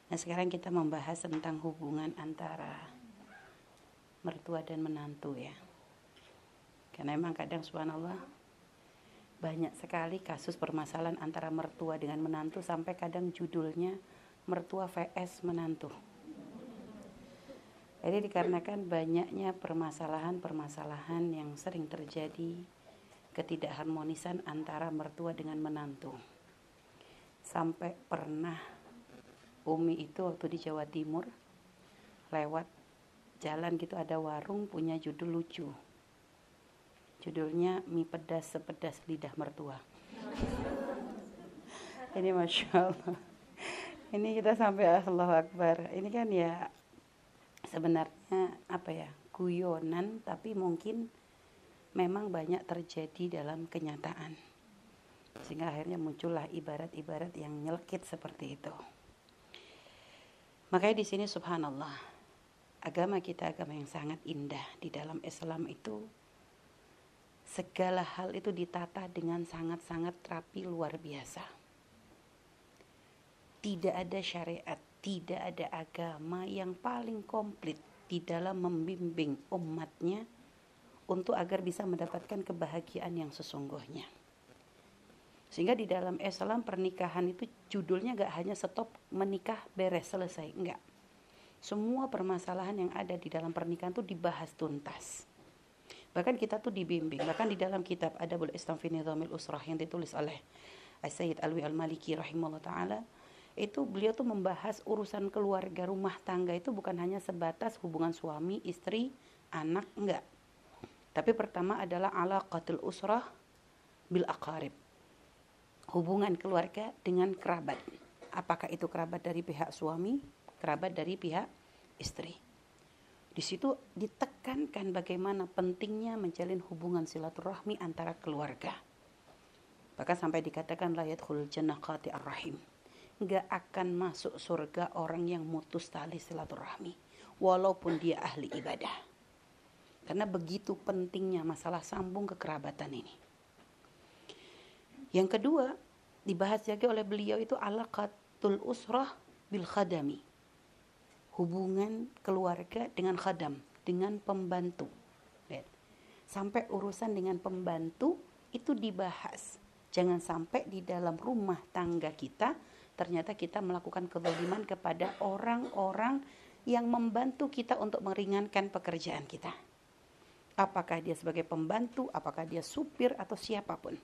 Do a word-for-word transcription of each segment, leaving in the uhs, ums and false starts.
Nah sekarang kita membahas tentang hubungan antara mertua dan menantu ya. Karena memang kadang subhanallah banyak sekali kasus permasalahan antara mertua dengan menantu sampai kadang judulnya mertua vs menantu. Jadi dikarenakan banyaknya permasalahan-permasalahan yang sering terjadi, ketidakharmonisan antara mertua dengan menantu. Sampai pernah Umi itu waktu di Jawa Timur lewat jalan gitu ada warung punya judul lucu. Judulnya mie pedas sepedas lidah mertua. Ini Masya Allah. Ini kita sampai Allahu Akbar. Ini kan ya sebenarnya apa ya, guyonan, tapi mungkin memang banyak terjadi dalam kenyataan. Sehingga akhirnya muncullah ibarat-ibarat yang nyelkit seperti itu. Makanya di sini subhanallah, agama kita agama yang sangat indah. Di dalam Islam itu segala hal itu ditata dengan sangat-sangat rapi luar biasa. Tidak ada syariat, tidak ada agama yang paling komplit di dalam membimbing umatnya untuk agar bisa mendapatkan kebahagiaan yang sesungguhnya. Sehingga di dalam Islam pernikahan itu judulnya gak hanya stop menikah beres selesai, enggak. Semua permasalahan yang ada di dalam pernikahan itu dibahas tuntas. Bahkan kita tuh dibimbing, bahkan di dalam kitab Adabul Islam fi Nizamil Usrah yang ditulis oleh Sayyid Alwi Al-Maliki rahimahullah ta'ala, itu beliau tuh membahas urusan keluarga rumah tangga itu bukan hanya sebatas hubungan suami, istri, anak, enggak. Tapi pertama adalah alaqatul usrah bil aqarib. Hubungan keluarga dengan kerabat. Apakah itu kerabat dari pihak suami, kerabat dari pihak istri. Di situ ditekankan bagaimana pentingnya menjalin hubungan silaturahmi antara keluarga. Bahkan sampai dikatakan la yadkhulul jannah qati'ar rahim. Enggak akan masuk surga orang yang mutus tali silaturahmi, walaupun dia ahli ibadah. Karena begitu pentingnya masalah sambung kekerabatan ini. Yang kedua, dibahas lagi oleh beliau itu alaqatul usrah bil khadami. Hubungan keluarga dengan khadam, dengan pembantu. Lihat. Sampai urusan dengan pembantu itu dibahas. Jangan sampai di dalam rumah tangga kita ternyata kita melakukan kezaliman kepada orang-orang yang membantu kita untuk meringankan pekerjaan kita. Apakah dia sebagai pembantu, apakah dia supir atau siapapun.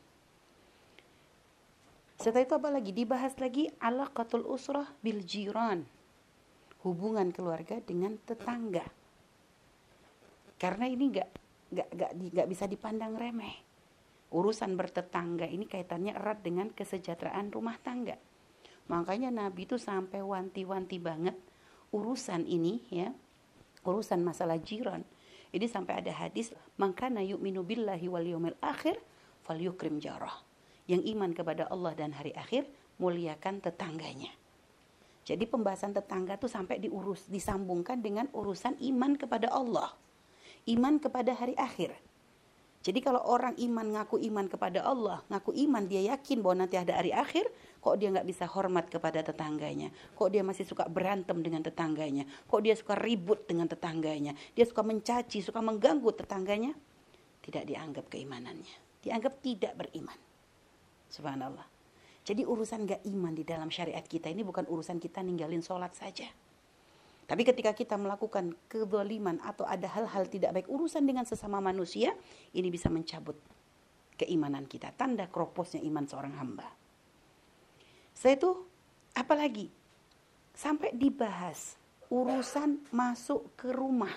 Setelah itu apa lagi? Dibahas lagi alaqatul usrah bil jiran. Hubungan keluarga dengan tetangga. Karena ini gak, gak, gak, gak bisa dipandang remeh. Urusan bertetangga ini kaitannya erat dengan kesejahteraan rumah tangga. Makanya Nabi itu sampai wanti-wanti banget urusan ini ya. Urusan masalah jiran. Ini sampai ada hadis, "Man kana yu'minu billahi wal yaumil akhir falyukrim jarah." Yang iman kepada Allah dan hari akhir, muliakan tetangganya. Jadi pembahasan tetangga tuh sampai diurus, disambungkan dengan urusan iman kepada Allah. Iman kepada hari akhir. Jadi kalau orang iman ngaku iman kepada Allah, ngaku iman dia yakin bahwa nanti ada hari akhir, kok dia gak bisa hormat kepada tetangganya? Kok dia masih suka berantem dengan tetangganya? Kok dia suka ribut dengan tetangganya? Dia suka mencaci, suka mengganggu tetangganya? Tidak dianggap keimanannya. Dianggap tidak beriman. Subhanallah. Jadi urusan gak iman di dalam syariat kita ini bukan urusan kita ninggalin sholat saja. Tapi ketika kita melakukan kezaliman atau ada hal-hal tidak baik urusan dengan sesama manusia, ini bisa mencabut keimanan kita. Tanda kroposnya iman seorang hamba. Setelah itu, apalagi? Sampai dibahas urusan masuk ke rumah.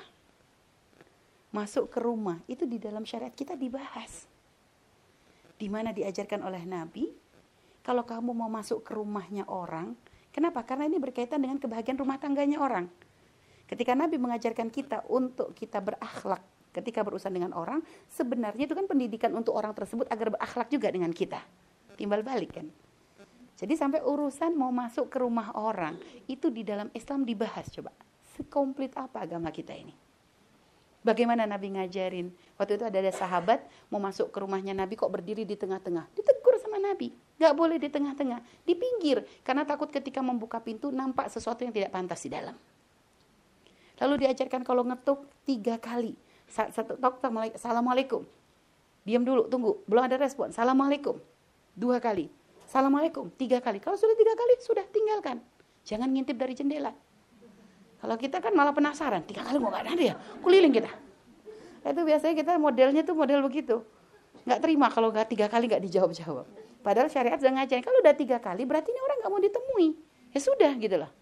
Masuk ke rumah, itu di dalam syariat kita dibahas. Di mana diajarkan oleh Nabi, kalau kamu mau masuk ke rumahnya orang, kenapa? Karena ini berkaitan dengan kebahagiaan rumah tangganya orang. Ketika Nabi mengajarkan kita untuk kita berakhlak ketika berurusan dengan orang, sebenarnya itu kan pendidikan untuk orang tersebut agar berakhlak juga dengan kita. Timbal balik kan. Jadi sampai urusan mau masuk ke rumah orang, itu di dalam Islam dibahas coba. Sekomplit apa agama kita ini? Bagaimana Nabi ngajarin? Waktu itu ada, ada sahabat mau masuk ke rumahnya Nabi kok berdiri di tengah-tengah. Ditegur sama Nabi. Nggak boleh di tengah-tengah, di pinggir. Karena takut ketika membuka pintu nampak sesuatu yang tidak pantas di dalam. Lalu diajarkan kalau ngetuk tiga kali. Satu tok, assalamualaikum. Diam dulu, tunggu. Belum ada respon. Assalamualaikum. Dua kali. Assalamualaikum. Tiga kali. Kalau sudah tiga kali, sudah tinggalkan. Jangan ngintip dari jendela. Kalau kita kan malah penasaran. Tiga kali mau gak ada ya? Keliling kita. Itu biasanya kita modelnya tuh model begitu. Nggak terima kalau nggak tiga kali nggak dijawab-jawab. Padahal syariat sudah ngajarin, kalau udah tiga kali berarti ini orang nggak mau ditemui. Ya sudah gitu loh.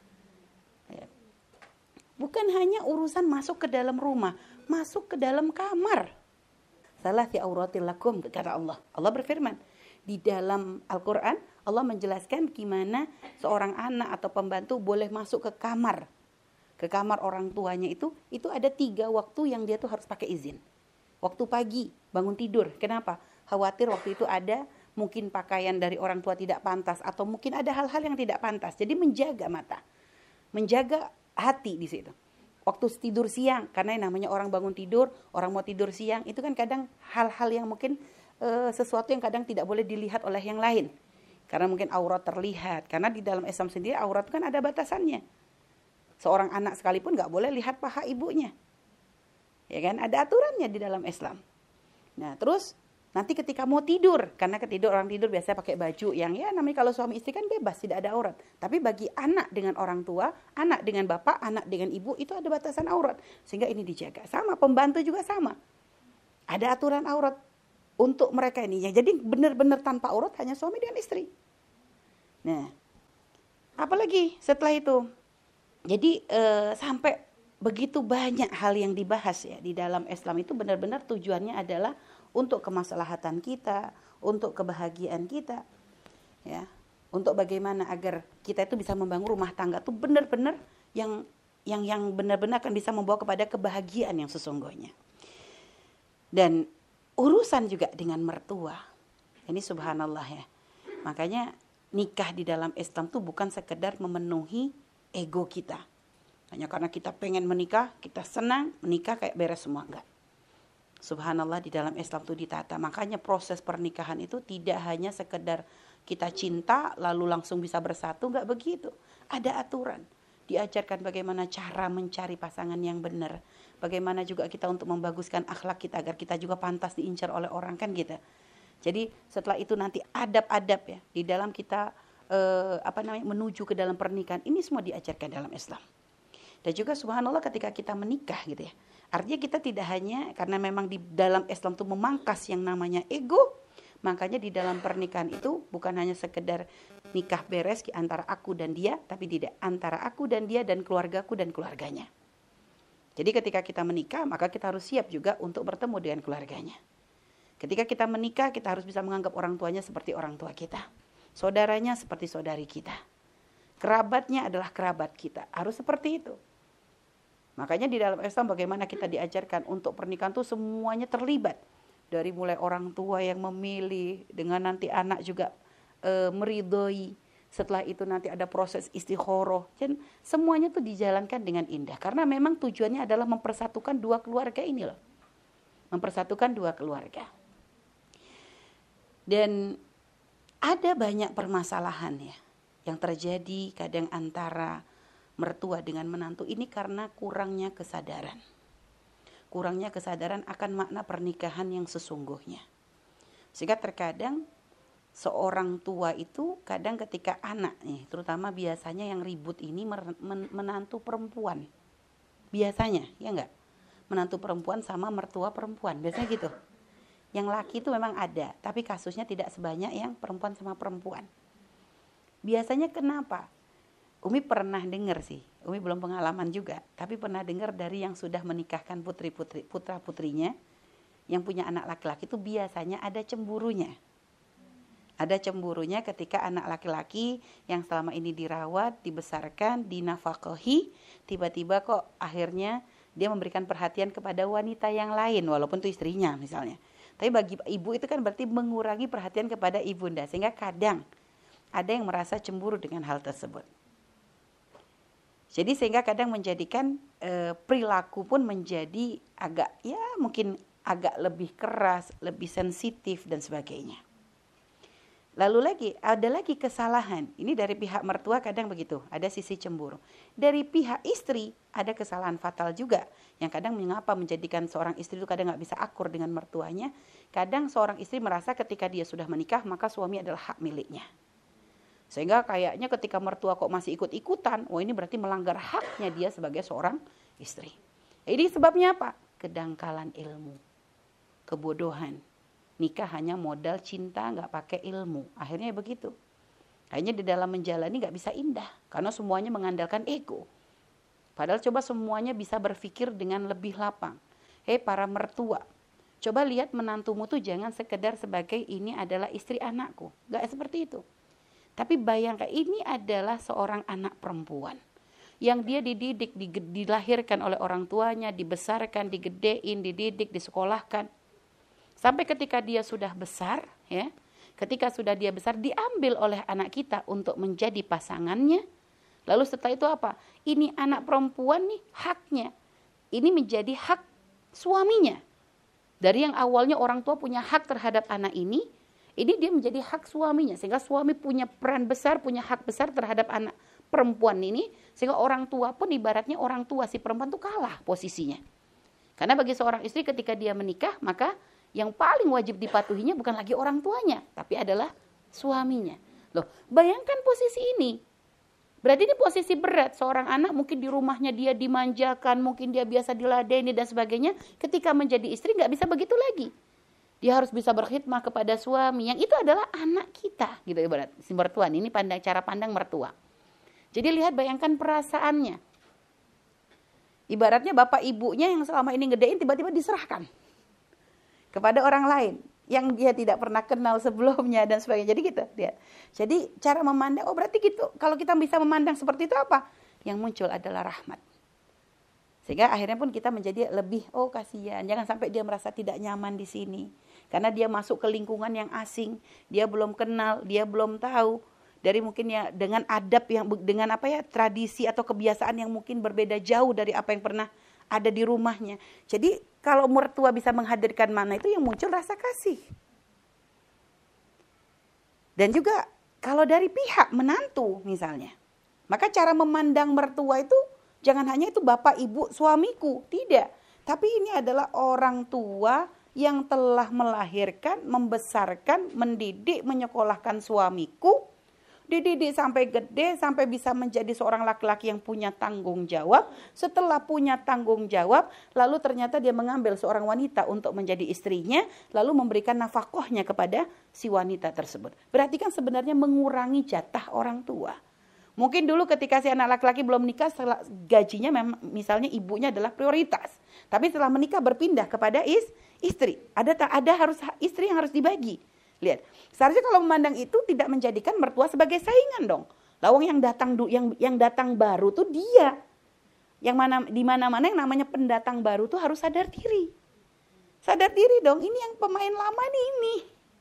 Bukan hanya urusan masuk ke dalam rumah, masuk ke dalam kamar. Salasi auratil lakum, kata Allah. Allah berfirman di dalam Al-Quran, Allah menjelaskan gimana seorang anak atau pembantu boleh masuk ke kamar. Ke kamar orang tuanya itu, itu ada tiga waktu yang dia tuh harus pakai izin. Waktu pagi, bangun tidur. Kenapa? Khawatir waktu itu ada mungkin pakaian dari orang tua tidak pantas, atau mungkin ada hal-hal yang tidak pantas. Jadi menjaga mata, menjaga hati di situ. Waktu tidur siang, karena yang namanya orang bangun tidur, orang mau tidur siang, itu kan kadang hal-hal yang mungkin e, sesuatu yang kadang tidak boleh dilihat oleh yang lain. Karena mungkin aurat terlihat. Karena di dalam Islam sendiri aurat kan ada batasannya. Seorang anak sekalipun nggak boleh lihat paha ibunya. Ya kan, ada aturannya di dalam Islam. Nah, terus nanti ketika mau tidur, karena ketidur orang tidur biasanya pakai baju yang ya namanya kalau suami istri kan bebas, tidak ada aurat. Tapi bagi anak dengan orang tua, anak dengan bapak, anak dengan ibu itu ada batasan aurat. Sehingga ini dijaga. Sama pembantu juga sama. Ada aturan aurat untuk mereka ini. Ya, jadi benar-benar tanpa aurat hanya suami dengan istri. Nah, apalagi setelah itu? Jadi eh, sampai begitu banyak hal yang dibahas ya di dalam Islam itu benar-benar tujuannya adalah untuk kemaslahatan kita, untuk kebahagiaan kita, ya, untuk bagaimana agar kita itu bisa membangun rumah tangga itu benar-benar yang yang yang benar-benar akan bisa membawa kepada kebahagiaan yang sesungguhnya. Dan urusan juga dengan mertua, ini subhanallah ya. Makanya nikah di dalam Islam itu bukan sekedar memenuhi ego kita. Hanya karena kita pengen menikah, kita senang, menikah kayak beres semua. Enggak. Subhanallah di dalam Islam itu ditata. Makanya proses pernikahan itu tidak hanya sekedar kita cinta lalu langsung bisa bersatu. Enggak begitu. Ada aturan. Diajarkan bagaimana cara mencari pasangan yang benar. Bagaimana juga kita untuk membaguskan akhlak kita agar kita juga pantas diincar oleh orang kan gitu. Jadi setelah itu nanti adab-adab ya di dalam kita eh, apa namanya menuju ke dalam pernikahan. Ini semua diajarkan dalam Islam. Dan juga subhanallah ketika kita menikah gitu ya. Artinya kita tidak hanya karena memang di dalam Islam itu memangkas yang namanya ego. Makanya di dalam pernikahan itu bukan hanya sekedar nikah beres antara aku dan dia. Tapi tidak, antara aku dan dia dan keluargaku dan keluarganya. Jadi ketika kita menikah maka kita harus siap juga untuk bertemu dengan keluarganya. Ketika kita menikah kita harus bisa menganggap orang tuanya seperti orang tua kita. Saudaranya seperti saudari kita. Kerabatnya adalah kerabat kita. Harus seperti itu. Makanya di dalam Islam bagaimana kita diajarkan untuk pernikahan itu semuanya terlibat. Dari mulai orang tua yang memilih, dengan nanti anak juga e, meridhoi. Setelah itu nanti ada proses istikharah. Dan semuanya itu dijalankan dengan indah. Karena memang tujuannya adalah mempersatukan dua keluarga ini loh. Mempersatukan dua keluarga. Dan ada banyak permasalahan ya yang terjadi kadang antara mertua dengan menantu ini karena kurangnya kesadaran. Kurangnya kesadaran akan makna pernikahan yang sesungguhnya. Sehingga terkadang seorang tua itu kadang ketika anak nih, terutama biasanya yang ribut ini menantu perempuan. Biasanya, ya enggak? Menantu perempuan sama mertua perempuan, biasanya gitu. Yang laki itu memang ada, tapi kasusnya tidak sebanyak yang perempuan sama perempuan. Biasanya kenapa? Umi pernah dengar sih, Umi belum pengalaman juga, tapi pernah dengar dari yang sudah menikahkan putri-putri, putra-putrinya, yang punya anak laki-laki itu biasanya ada cemburunya. Ada cemburunya ketika anak laki-laki yang selama ini dirawat, dibesarkan, dinafkahi, tiba-tiba kok akhirnya dia memberikan perhatian kepada wanita yang lain, walaupun itu istrinya misalnya. Tapi bagi ibu itu kan berarti mengurangi perhatian kepada ibunda, sehingga kadang ada yang merasa cemburu dengan hal tersebut. Jadi sehingga kadang menjadikan e, perilaku pun menjadi agak ya mungkin agak lebih keras, lebih sensitif dan sebagainya. Lalu lagi, ada lagi kesalahan. Ini dari pihak mertua kadang begitu, ada sisi cemburu. Dari pihak istri, ada kesalahan fatal juga. Yang kadang mengapa menjadikan seorang istri itu kadang gak bisa akur dengan mertuanya. Kadang seorang istri merasa ketika dia sudah menikah, maka suami adalah hak miliknya. Sehingga kayaknya ketika mertua kok masih ikut-ikutan, oh ini berarti melanggar haknya dia sebagai seorang istri. Ini sebabnya apa? Kedangkalan ilmu, kebodohan. Nikah hanya modal cinta, nggak pakai ilmu. Akhirnya begitu. Akhirnya di dalam menjalani nggak bisa indah, karena semuanya mengandalkan ego. Padahal coba semuanya bisa berpikir dengan lebih lapang. Hei para mertua, coba lihat menantumu tuh jangan sekedar sebagai ini adalah istri anakku. Nggak seperti itu. Tapi bayangkan ini adalah seorang anak perempuan yang dia dididik, dilahirkan oleh orang tuanya, dibesarkan, digedein, dididik, disekolahkan. Sampai ketika dia sudah besar, ya, ketika sudah dia besar diambil oleh anak kita untuk menjadi pasangannya. Lalu setelah itu apa? Ini anak perempuan nih haknya. Ini menjadi hak suaminya. Dari yang awalnya orang tua punya hak terhadap anak ini, ini dia menjadi hak suaminya. Sehingga suami punya peran besar, punya hak besar terhadap anak perempuan ini. Sehingga orang tua pun ibaratnya orang tua si perempuan itu kalah posisinya. Karena bagi seorang istri ketika dia menikah, maka yang paling wajib dipatuhinya bukan lagi orang tuanya, tapi adalah suaminya. Loh, bayangkan posisi ini. Berarti ini posisi berat. Seorang anak mungkin di rumahnya dia dimanjakan, mungkin dia biasa diladeni dan sebagainya. Ketika menjadi istri nggak bisa begitu lagi. Dia harus bisa berkhidmat kepada suami. Yang itu adalah anak kita, gitu ibarat. Si mertua ini pandang cara pandang mertua. Jadi lihat, bayangkan perasaannya. Ibaratnya bapak ibunya yang selama ini ngedein tiba-tiba diserahkan kepada orang lain yang dia tidak pernah kenal sebelumnya dan sebagainya. Jadi gitu dia. Jadi cara memandang, oh berarti gitu. Kalau kita bisa memandang seperti itu apa? Yang muncul adalah rahmat. Sehingga akhirnya pun kita menjadi lebih, oh kasihan. Jangan sampai dia merasa tidak nyaman di sini. Karena dia masuk ke lingkungan yang asing. Dia belum kenal, dia belum tahu. Dari mungkin ya dengan adab yang, dengan apa ya, tradisi atau kebiasaan yang mungkin berbeda jauh dari apa yang pernah ada di rumahnya. Jadi kalau mertua bisa menghadirkan mana itu yang muncul rasa kasih. Dan juga kalau dari pihak menantu misalnya. Maka cara memandang mertua itu jangan hanya itu bapak, ibu, suamiku. Tidak. Tapi ini adalah orang tua yang telah melahirkan, membesarkan, mendidik, menyekolahkan suamiku. Dididik sampai gede, sampai bisa menjadi seorang laki-laki yang punya tanggung jawab. Setelah punya tanggung jawab, lalu ternyata dia mengambil seorang wanita untuk menjadi istrinya, lalu memberikan nafkahnya kepada si wanita tersebut. Berarti kan sebenarnya mengurangi jatah orang tua. Mungkin dulu ketika si anak laki-laki belum menikah, gajinya memang misalnya ibunya adalah prioritas. Tapi setelah menikah berpindah kepada is, istri. Ada ada harus istri yang harus dibagi. Lihat, seharusnya kalau memandang itu tidak menjadikan mertua sebagai saingan dong. Lawang yang datang yang yang datang baru tuh dia. Yang mana di mana-mana yang namanya pendatang baru tuh harus sadar diri. Sadar diri dong, ini yang pemain lama nih ini.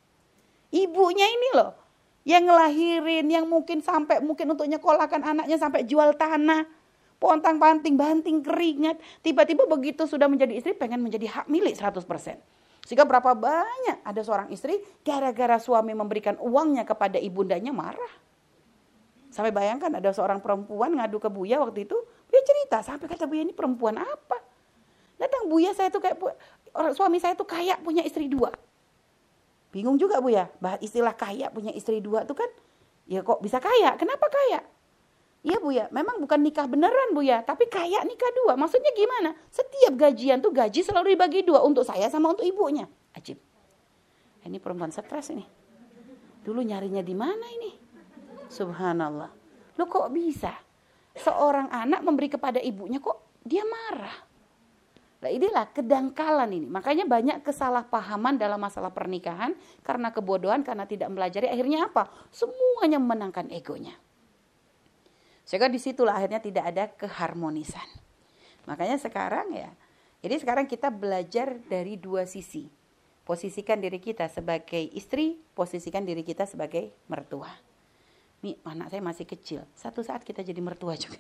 Ibunya ini loh, yang ngelahirin, yang mungkin sampai mungkin untuk nyekolahkan anaknya sampai jual tanah, pontang-panting, banting keringat. Tiba-tiba begitu sudah menjadi istri pengen menjadi hak milik seratus persen. Sehingga berapa banyak ada seorang istri gara-gara suami memberikan uangnya kepada ibundanya marah. Sampai bayangkan ada seorang perempuan ngadu ke Buya waktu itu. Dia cerita sampai kata Buya, ini perempuan apa? Datang Buya, saya tuh kayak suami saya tuh kaya punya istri dua. Bingung juga Buya. Bah, istilah kaya punya istri dua tuh kan. Ya kok bisa kaya? Kenapa kaya? Iya Buya, memang bukan nikah beneran Buya, tapi kaya nikah dua. Maksudnya gimana? Setiap gajian tuh gaji selalu dibagi dua, untuk saya sama untuk ibunya. Ajib. Ini perempuan stres ini. Dulu nyarinya di mana ini? Subhanallah. Loh kok bisa? Seorang anak memberi kepada ibunya kok dia marah? Nah inilah kedangkalan ini. Makanya banyak kesalahpahaman dalam masalah pernikahan karena kebodohan, karena tidak melajari. Akhirnya apa? Semuanya memenangkan egonya. Sehingga disitulah akhirnya tidak ada keharmonisan. Makanya sekarang ya, jadi sekarang kita belajar dari dua sisi. Posisikan diri kita sebagai istri, posisikan diri kita sebagai mertua. Nih anak saya masih kecil, satu saat kita jadi mertua juga.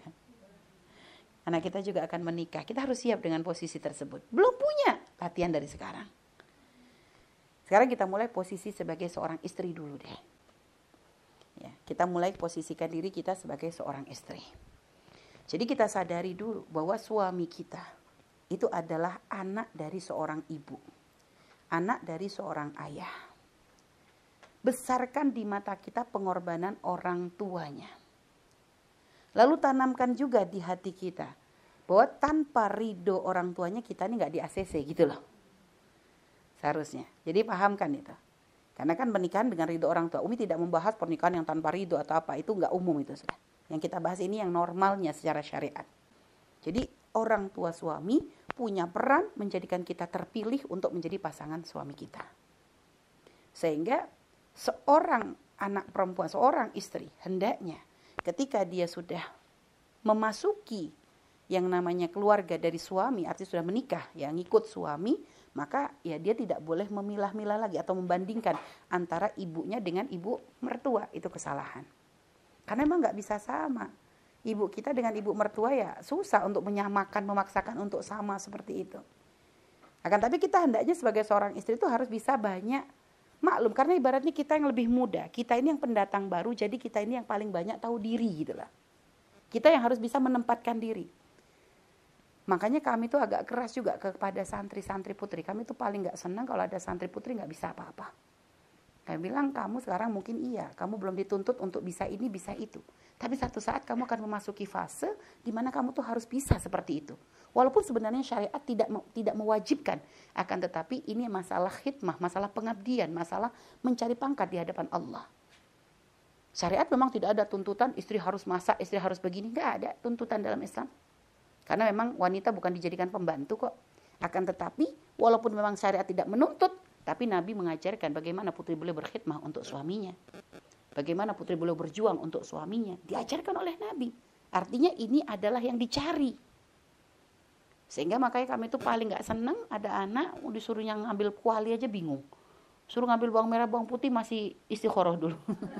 Anak kita juga akan menikah, kita harus siap dengan posisi tersebut. Belum punya, latihan dari sekarang. Sekarang kita mulai posisi sebagai seorang istri dulu deh. Ya, kita mulai posisikan diri kita sebagai seorang istri. Jadi kita sadari dulu bahwa suami kita itu adalah anak dari seorang ibu, anak dari seorang ayah. Besarkan di mata kita pengorbanan orang tuanya. Lalu tanamkan juga di hati kita bahwa tanpa ridho orang tuanya kita ini nggak di A C C gitu loh. Seharusnya. Jadi pahamkan itu. Karena kan pernikahan dengan ridho orang tua. Umi tidak membahas pernikahan yang tanpa ridho atau apa. Itu nggak umum itu sudah. Yang kita bahas ini yang normalnya secara syariat. Jadi orang tua suami punya peran menjadikan kita terpilih untuk menjadi pasangan suami kita. Sehingga seorang anak perempuan, seorang istri hendaknya ketika dia sudah memasuki yang namanya keluarga dari suami, artinya sudah menikah, ya ngikut suami, maka ya dia tidak boleh memilah-milah lagi atau membandingkan antara ibunya dengan ibu mertua. Itu kesalahan. Karena memang nggak bisa sama. Ibu kita dengan ibu mertua ya susah untuk menyamakan, memaksakan untuk sama seperti itu. Akan tapi kita hendaknya sebagai seorang istri itu harus bisa banyak maklum. Karena ibaratnya kita yang lebih muda, kita ini yang pendatang baru, jadi kita ini yang paling banyak tahu diri gitu lah. Kita yang harus bisa menempatkan diri. Makanya kami tuh agak keras juga kepada santri-santri putri. Kami tuh paling gak senang kalau ada santri putri gak bisa apa-apa. Kami bilang kamu sekarang mungkin iya, kamu belum dituntut untuk bisa ini, bisa itu. Tapi satu saat kamu akan memasuki fase di mana kamu tuh harus bisa seperti itu. Walaupun sebenarnya syariat tidak tidak mewajibkan, akan tetapi ini masalah khidmah, masalah pengabdian, masalah mencari pangkat di hadapan Allah. Syariat memang tidak ada tuntutan istri harus masak, istri harus begini, nggak ada tuntutan dalam Islam. Karena memang wanita bukan dijadikan pembantu kok. Akan tetapi walaupun memang syariat tidak menuntut, tapi Nabi mengajarkan bagaimana putri boleh berkhidmah untuk suaminya. Bagaimana putri boleh berjuang untuk suaminya. Diajarkan oleh Nabi. Artinya ini adalah yang dicari. Sehingga makanya kami itu paling gak senang ada anak disuruh yang ngambil kuali aja bingung. Suruh ngambil bawang merah, bawang putih masih istikharah dulu.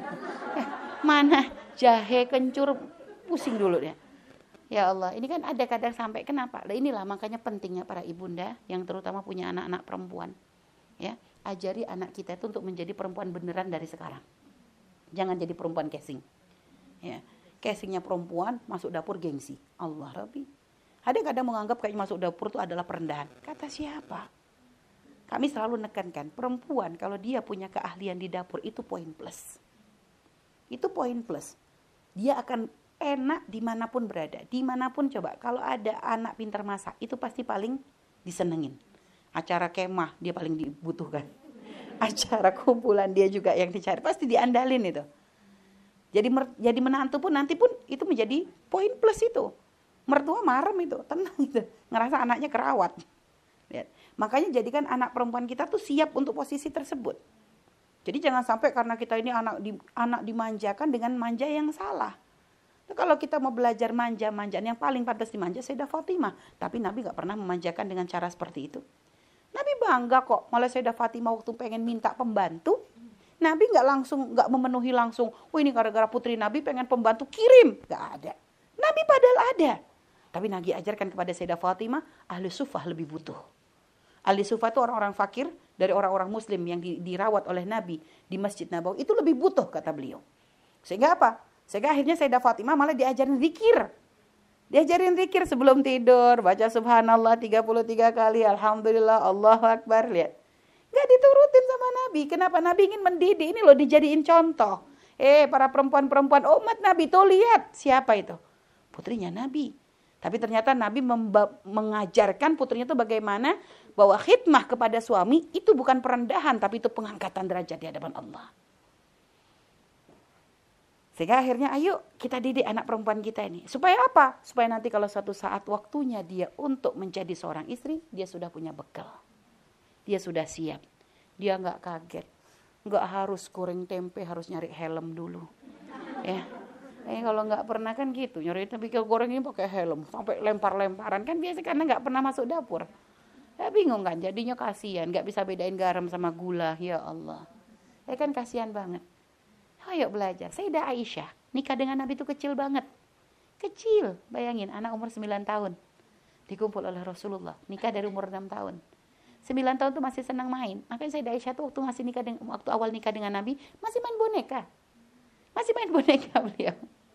Mana jahe, kencur, pusing dulu ya. Ya Allah, ini kan ada kadang sampai kenapa? Nah inilah makanya pentingnya para ibunda yang terutama punya anak-anak perempuan. Ya, ajari anak kita itu untuk menjadi perempuan beneran dari sekarang. Jangan jadi perempuan casing. Ya, casingnya perempuan masuk dapur gengsi. Allah Rabbi. Ada kadang menganggap kayak masuk dapur itu adalah perendahan. Kata siapa? Kami selalu nekankan perempuan kalau dia punya keahlian di dapur itu poin plus. Itu poin plus. Dia akan enak dimanapun berada, dimanapun coba. Kalau ada anak pintar masak, itu pasti paling disenengin. Acara kemah dia paling dibutuhkan. Acara kumpulan dia juga yang dicari, pasti diandalin itu. Jadi mer- jadi menantu pun nanti pun itu menjadi poin plus itu. Mertua marem itu, tenang itu, ngerasa anaknya kerawat. Lihat. Makanya jadikan anak perempuan kita tuh siap untuk posisi tersebut. Jadi jangan sampai karena kita ini anak di, anak dimanjakan dengan manja yang salah. Kalau kita mau belajar manja-manjaan yang paling pantas dimanja Sayyidah Fatimah. Tapi Nabi gak pernah memanjakan dengan cara seperti itu. Nabi bangga kok. Malah Sayyidah Fatimah waktu pengen minta pembantu. Nabi gak langsung, gak memenuhi langsung. Oh ini gara-gara putri Nabi pengen pembantu, kirim. Gak ada. Nabi padahal ada. Tapi Nabi ajarkan kepada Sayyidah Fatimah, ahli sufah lebih butuh. Ahli sufah itu orang-orang fakir dari orang-orang muslim yang dirawat oleh Nabi di Masjid Nabawi. Itu lebih butuh kata beliau. Sehingga apa? Sehingga akhirnya Sayyidah Fatimah malah diajarin zikir. Diajarin zikir sebelum tidur. Baca subhanallah tiga puluh tiga kali. Alhamdulillah, Allahu Akbar. Lihat. Gak diturutin sama Nabi. Kenapa? Nabi ingin mendidik. Ini loh dijadiin contoh. Eh para perempuan-perempuan umat Nabi. Tuh lihat. Siapa itu? Putrinya Nabi. Tapi ternyata Nabi memba- mengajarkan putrinya itu bagaimana. Bahwa khidmah kepada suami itu bukan perendahan. Tapi itu pengangkatan derajat di hadapan Allah. Sehingga akhirnya ayo kita didik anak perempuan kita ini. Supaya apa? Supaya nanti kalau suatu saat waktunya dia untuk menjadi seorang istri, dia sudah punya bekal. Dia sudah siap. Dia gak kaget. Gak harus goreng tempe, harus nyari helm dulu. Ya. Eh kalau gak pernah kan gitu. Nyari tempe goreng ini pakai helm. Sampai lempar-lemparan. Kan biasa karena gak pernah masuk dapur. Ya bingung kan, jadinya kasihan. Gak bisa bedain garam sama gula. Ya Allah. Ya kan kasihan banget. Ayo belajar. Sayyidah Aisyah nikah dengan Nabi itu kecil banget. Kecil. Bayangin anak umur sembilan tahun. Dikumpul oleh Rasulullah. Nikah dari umur enam tahun. sembilan tahun tuh masih senang main. Makanya Sayyidah Aisyah tuh waktu masih nikah dengan, waktu awal nikah dengan Nabi masih main boneka. Masih main boneka beliau.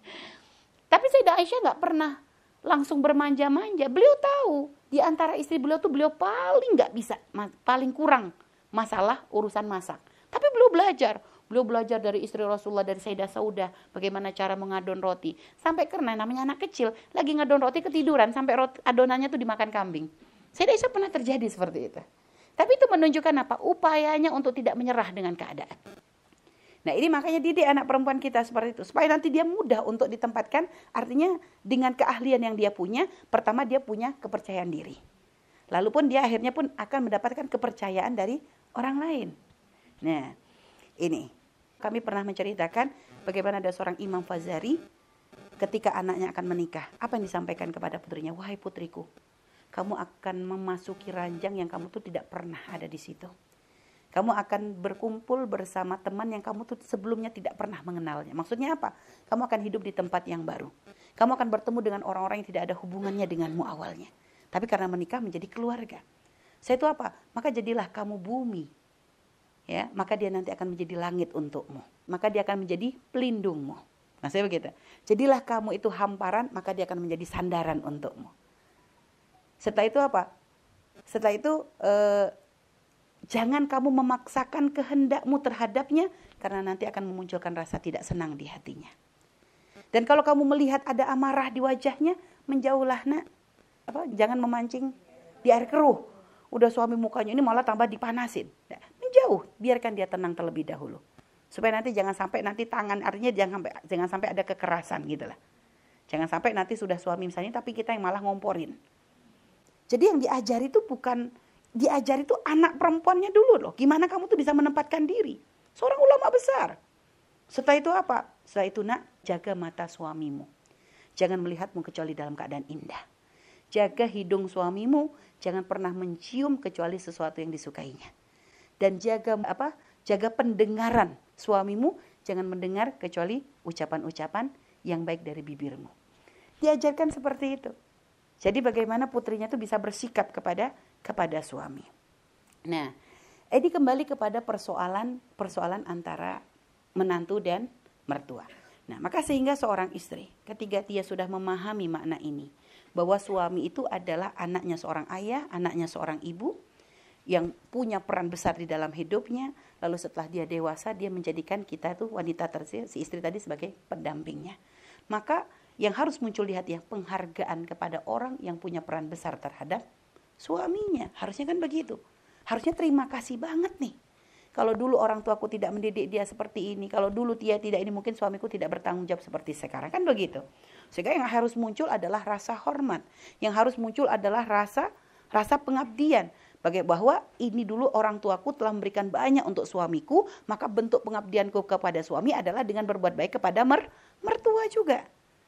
Tapi Sayyidah Aisyah nggak pernah langsung bermanja-manja. Beliau tahu di antara istri beliau tuh beliau paling nggak bisa, paling kurang masalah urusan masak. Tapi beliau belajar. Beliau belajar dari istri Rasulullah, dari Sayyidah Saudah, bagaimana cara mengadon roti. Sampai karena namanya anak kecil, lagi ngadon roti ketiduran, sampai roti, adonannya tuh dimakan kambing. Sayyidah Aisyah pernah terjadi seperti itu. Tapi itu menunjukkan apa? Upayanya untuk tidak menyerah dengan keadaan. Nah ini makanya didik anak perempuan kita seperti itu. Supaya nanti dia mudah untuk ditempatkan. Artinya dengan keahlian yang dia punya, pertama dia punya kepercayaan diri. Lalu pun dia akhirnya pun akan mendapatkan kepercayaan dari orang lain. Nah ini, kami pernah menceritakan bagaimana ada seorang Imam Fazari ketika anaknya akan menikah. Apa yang disampaikan kepada putrinya? Wahai putriku, kamu akan memasuki ranjang yang kamu tuh tidak pernah ada di situ. Kamu akan berkumpul bersama teman yang kamu tuh sebelumnya tidak pernah mengenalnya. Maksudnya apa? Kamu akan hidup di tempat yang baru. Kamu akan bertemu dengan orang-orang yang tidak ada hubungannya denganmu awalnya. Tapi karena menikah menjadi keluarga. Saya itu apa? Maka jadilah kamu bumi. Ya, maka dia nanti akan menjadi langit untukmu. Maka dia akan menjadi pelindungmu. Nah, saya begitu. Jadilah kamu itu hamparan, maka dia akan menjadi sandaran untukmu. Setelah itu apa? Setelah itu eh, jangan kamu memaksakan kehendakmu terhadapnya, karena nanti akan memunculkan rasa tidak senang di hatinya. Dan kalau kamu melihat ada amarah di wajahnya, menjauhlah nak. Apa? Jangan memancing di air keruh. Udah suami mukanya ini malah tambah dipanasin. Nah, menjauh, biarkan dia tenang terlebih dahulu. Supaya nanti jangan sampai nanti tangan, artinya jangan sampai jangan sampai ada kekerasan gitu lah. Jangan sampai nanti sudah suami misalnya tapi kita yang malah ngomporin. Jadi yang diajari itu bukan diajari itu anak perempuannya dulu loh. Gimana kamu tuh bisa menempatkan diri? Seorang ulama besar. Setelah itu apa? Setelah itu nak, jaga mata suamimu. Jangan melihatmu kecuali dalam keadaan indah. Jaga hidung suamimu, jangan pernah mencium kecuali sesuatu yang disukainya. Dan jaga apa? Jaga pendengaran suamimu, jangan mendengar kecuali ucapan-ucapan yang baik dari bibirmu. Diajarkan seperti itu. Jadi bagaimana putrinya itu bisa bersikap kepada kepada suami. Nah, ini kembali kepada persoalan persoalan antara menantu dan mertua. Nah, maka sehingga seorang istri ketika dia sudah memahami makna ini, bahwa suami itu adalah anaknya seorang ayah, anaknya seorang ibu yang punya peran besar di dalam hidupnya. Lalu setelah dia dewasa, dia menjadikan kita itu wanita tersebut, si istri tadi sebagai pendampingnya. Maka yang harus muncul di hati ya penghargaan kepada orang yang punya peran besar terhadap suaminya. Harusnya kan begitu. Harusnya terima kasih banget nih. Kalau dulu orang tuaku tidak mendidik dia seperti ini, kalau dulu dia tidak ini, mungkin suamiku tidak bertanggung jawab seperti sekarang. Kan begitu. Sehingga yang harus muncul adalah rasa hormat. Yang harus muncul adalah rasa rasa pengabdian. Bagi bahwa ini dulu orang tuaku telah memberikan banyak untuk suamiku, maka bentuk pengabdianku kepada suami adalah dengan berbuat baik kepada mer mertua juga.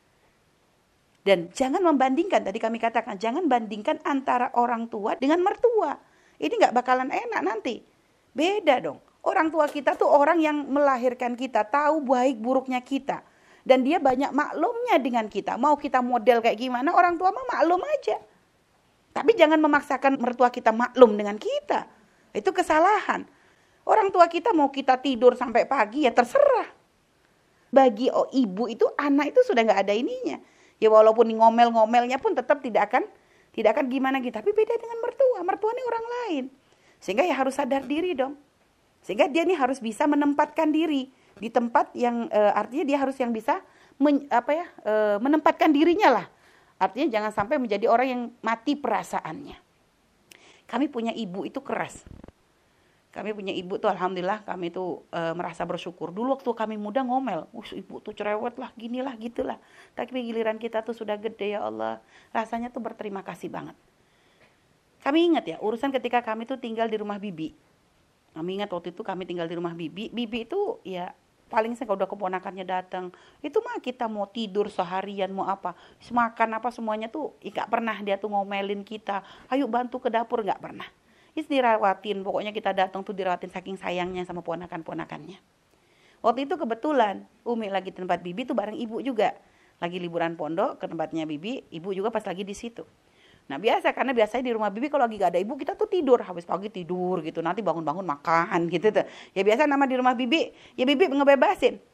Dan jangan membandingkan, tadi kami katakan, jangan bandingkan antara orang tua dengan mertua. Ini gak bakalan enak nanti. Beda dong. Orang tua kita tuh orang yang melahirkan kita, tahu baik buruknya kita. Dan dia banyak maklumnya dengan kita. Mau kita model kayak gimana, orang tua mah maklum aja. Tapi jangan memaksakan mertua kita maklum dengan kita. Itu kesalahan. Orang tua kita mau kita tidur sampai pagi, ya terserah. Bagi oh, ibu itu, anak itu sudah gak ada ininya. Ya walaupun ngomel-ngomelnya pun tetap tidak akan tidak akan gimana gitu. Tapi beda dengan mertua. Mertua ini orang lain. Sehingga ya harus sadar diri dong. Sehingga dia ini harus bisa menempatkan diri di tempat yang e, artinya dia harus yang bisa men, apa ya e, menempatkan dirinya lah. Artinya jangan sampai menjadi orang yang mati perasaannya. Kami punya ibu itu keras. Kami punya ibu tuh alhamdulillah kami tuh e, merasa bersyukur. Dulu waktu kami muda ngomel, "Wah, ibu tuh cerewet lah, ginilah gitulah." Tapi giliran kita tuh sudah gede ya Allah, rasanya tuh berterima kasih banget. Kami ingat ya, urusan ketika kami tuh tinggal di rumah bibi. Kami ingat waktu itu kami tinggal di rumah bibi. Bibi itu ya paling saya kalau udah keponakannya datang, itu mah kita mau tidur seharian mau apa, makan apa semuanya tuh nggak pernah dia tuh ngomelin kita. Ayo bantu ke dapur, nggak pernah. Is dirawatin, pokoknya kita datang tuh dirawatin saking sayangnya sama ponakan-ponakannya. Waktu itu kebetulan Umi lagi di tempat bibi tuh bareng ibu juga. Lagi liburan pondok ke tempatnya bibi, ibu juga pas lagi di situ. Nah biasa, karena biasanya di rumah bibi kalau lagi gak ada ibu kita tuh tidur, habis pagi tidur gitu, nanti bangun-bangun makan gitu tuh. Ya biasa nama di rumah bibi, ya bibi ngebebasin.